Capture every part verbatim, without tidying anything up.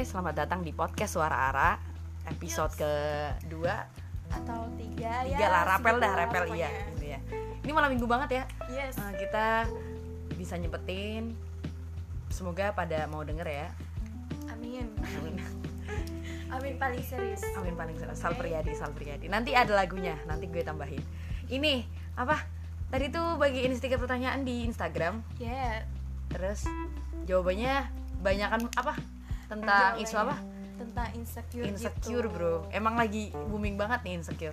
selamat datang di podcast Suara Ara episode yes. kedua atau tiga, tiga ya, lah, rapel dah, lah, rapel iya gitu ya. Ini malam minggu banget ya. Yes. Uh, kita bisa nyepetin, semoga pada mau denger ya. Amin. Amin. Amin paling serius. Amin paling serius. Sal Priadi, Sal Priadi. Nanti ada lagunya, nanti gue tambahin. Ini apa? Tadi tuh bagiin stiker pertanyaan di Instagram. Ya. Yeah. Terus jawabannya banyakan apa? Tentang isu apa? Tentang insecure. Insecure gitu. Bro. Emang lagi booming banget nih insecure.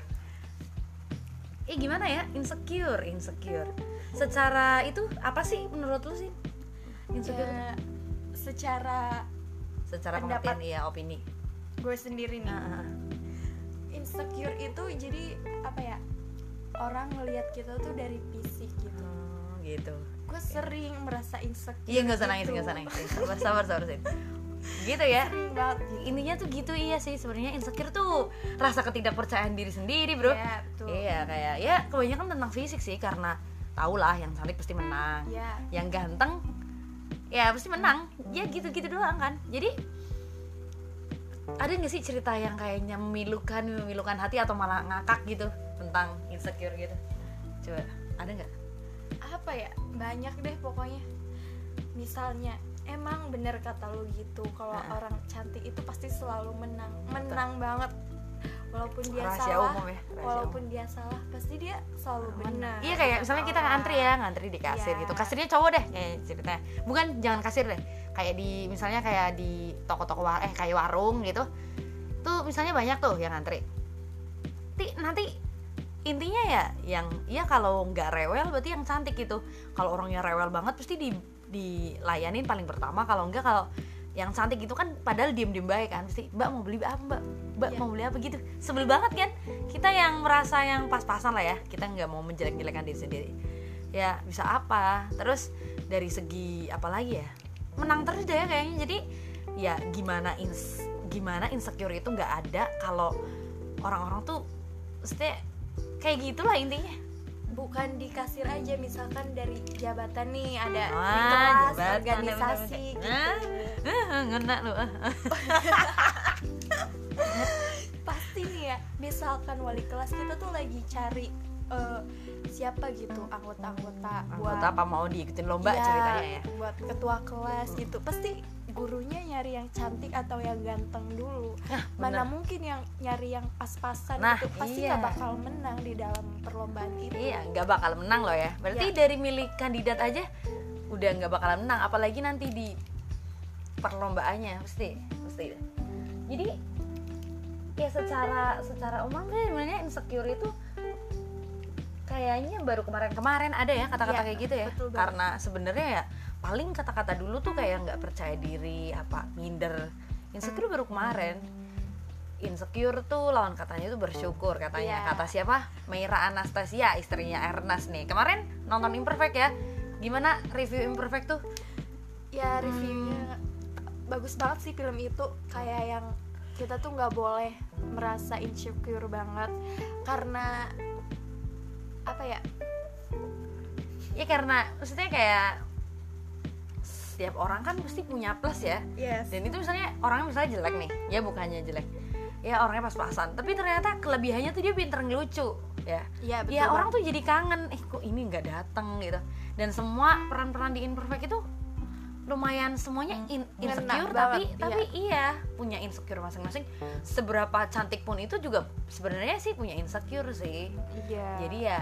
Eh gimana ya? Insecure, insecure. Secara itu apa sih menurut lu sih? Insecure. Ya, secara secara pengertian iya opini. Gue sendiri nih. Uh-huh. Insecure itu jadi apa ya? Orang ngelihat kita tuh dari fisik gitu. Hmm, gitu. Gue sering merasa insecure. Iya nggak usah nangis, gitu. nggak usah nangis. Sabar, sabar, sabar sih. Gitu ya. Sering banget. Gitu. Intinya tuh gitu iya sih sebenarnya insecure tuh rasa ketidakpercayaan diri sendiri bro. Iya betul. Iya kayak ya kebanyakan tentang fisik sih karena tau lah yang cantik pasti menang. Iya. Yang ganteng ya pasti menang. Ya gitu-gitu doang kan. Jadi ada nggak sih cerita yang kayaknya memilukan, memilukan hati atau malah ngakak gitu tentang insecure gitu? Coba ada nggak? Apa ya, banyak deh pokoknya. Misalnya emang bener kata lu gitu kalau nah. orang cantik itu pasti selalu menang menang Betul. banget walaupun dia rahasia salah umum ya, walaupun umum. dia salah pasti dia selalu nah, benar. Iya kayak misalnya kita ngantri ya ngantri di kasir yeah. gitu, kasirnya cowok deh kayak ceritanya, bukan jangan kasir deh, kayak di misalnya kayak di toko-toko war eh kayak warung gitu tuh misalnya banyak tuh yang ngantri. Nanti, nanti intinya ya yang ya kalau nggak rewel berarti yang cantik gitu. Kalau orangnya rewel banget pasti di dilayanin paling pertama, kalau enggak kalau yang cantik itu kan padahal diem-diem baik kan pasti mbak mau beli apa mbak mbak yeah. mau beli apa gitu. Sebel banget kan kita yang merasa yang pas-pasan lah ya, kita nggak mau menjelek-jelekan diri sendiri ya bisa apa. Terus dari segi apa lagi ya, menang terus deh ya kayaknya. Jadi ya gimana ins gimana insecure itu nggak ada kalau orang-orang tuh mesti kayak gitulah intinya. Bukan di kasir aja, misalkan dari jabatan nih ada ah, di kelas jabatan, organisasi bener, gitu. Ah, ngena lu. Pasti nih ya, misalkan wali kelas kita tuh lagi cari uh, siapa gitu anggota-anggota anggota buat apa mau diikutin lomba ya, ceritanya ya. Buat ketua kelas hmm. gitu. Pasti gurunya nyari yang cantik atau yang ganteng dulu. Nah, mana mungkin yang nyari yang pas-pasan nah, gitu. Pasti iya. gak bakal menang di dalam perlombaan itu. Iya, gak bakal menang loh ya. Berarti ya. Dari milik kandidat aja udah gak bakalan menang, apalagi nanti di perlombaannya pasti, pasti. Jadi ya secara secara umum sih sebenarnya insecure itu kayaknya baru kemarin-kemarin ada ya kata-kata ya, kayak gitu ya. Karena sebenarnya ya paling kata-kata dulu tuh kayak nggak percaya diri, apa minder. Insecure baru kemarin. Insecure tuh lawan katanya tuh bersyukur katanya. Yeah. Kata siapa? Meira Anastasia, istrinya Ernest nih. Kemarin nonton Imperfect ya. Gimana review Imperfect tuh? Ya reviewnya hmm. bagus banget sih film itu. Kayak yang kita tuh nggak boleh merasa insecure banget karena apa ya? Ya karena maksudnya kayak setiap orang kan pasti punya plus ya. Yes. Dan itu misalnya orangnya misalnya jelek nih, ya bukannya jelek, ya orangnya pas-pasan, tapi ternyata kelebihannya tuh dia pinter ngelucu, ya. Iya betul. Ya orang tuh jadi kangen, eh kok ini nggak datang gitu. Dan semua peran-peran di Imperfect itu lumayan semuanya in, insecure, tapi banget, tapi iya. iya punya insecure masing-masing. Seberapa cantik pun itu juga sebenarnya sih punya insecure sih. Iya. Jadi ya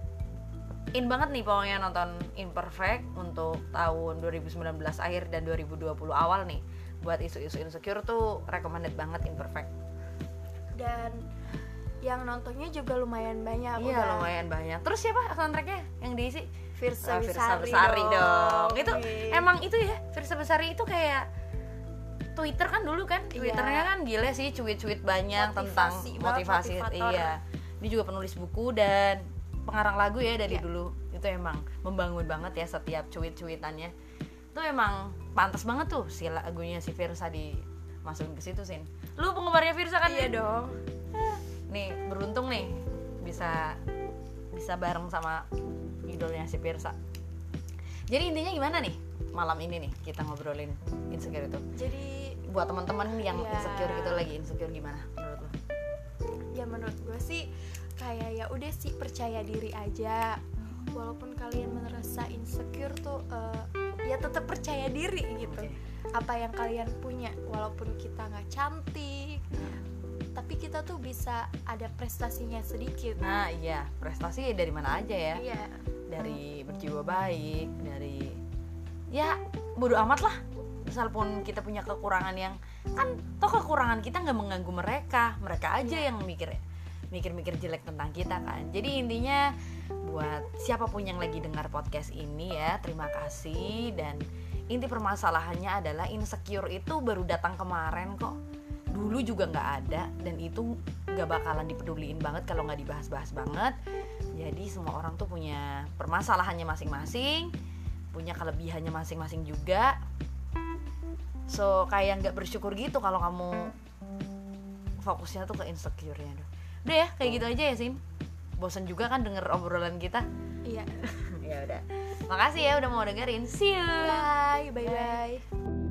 in banget nih pokoknya nonton Imperfect untuk tahun dua ribu sembilan belas akhir dan dua ribu dua puluh awal nih. Buat isu-isu insecure tuh recommended banget Imperfect. Dan yang nontonnya juga lumayan banyak. Iya udah. lumayan banyak. Terus siapa soundtracknya yang diisi? Firsa, uh, Firsa Besari, Besari dong, dong. Itu okay. Emang itu ya Firsa Besari itu kayak Twitter kan dulu kan. Twitternya kan gila sih, cuit-cuit banyak motivasi, tentang motivasi. Iya. Dia juga penulis buku dan pengarang lagu ya dari yeah. dulu. Itu emang membangun banget ya setiap cuit-cuitannya. Itu emang pantas banget tuh si lagunya si Firsa dimasukin ke situ Sin. Lu penggemarnya Firsa kan? Iya dong. Nih beruntung nih bisa bisa bareng sama idolnya si Firsa. Jadi intinya gimana nih malam ini nih kita ngobrolin insecure itu? Jadi buat teman-teman yang Iya. insecure gitu, lagi insecure, gimana menurut lo? Ya menurut gue sih kayak ya udah sih percaya diri aja, walaupun kalian merasa insecure tuh uh, ya tetap percaya diri gitu. Oke. Apa yang kalian punya, walaupun kita nggak cantik, tapi kita tuh bisa ada prestasinya sedikit. Nah iya, prestasi dari mana aja ya, Iya. dari berjiwa baik, dari ya bodo amat lah, misal pun kita punya kekurangan yang kan toh kekurangan kita nggak mengganggu mereka, mereka aja yang mikir mikir-mikir jelek tentang kita kan. Jadi intinya buat siapapun yang lagi dengar podcast ini ya, terima kasih. Dan inti permasalahannya adalah insecure itu baru datang kemarin kok, dulu juga nggak ada, dan itu nggak bakalan dipeduliin banget kalau nggak dibahas-bahas banget. Jadi semua orang tuh punya permasalahannya masing-masing, punya kelebihannya masing-masing juga. So kayak nggak bersyukur gitu kalau kamu fokusnya tuh ke insecure-nya. Udah ya, kayak gitu aja ya Sim. Bosan juga kan denger obrolan kita. Iya. Ya udah. Makasih ya udah mau dengerin. See you. Bye, bye, bye.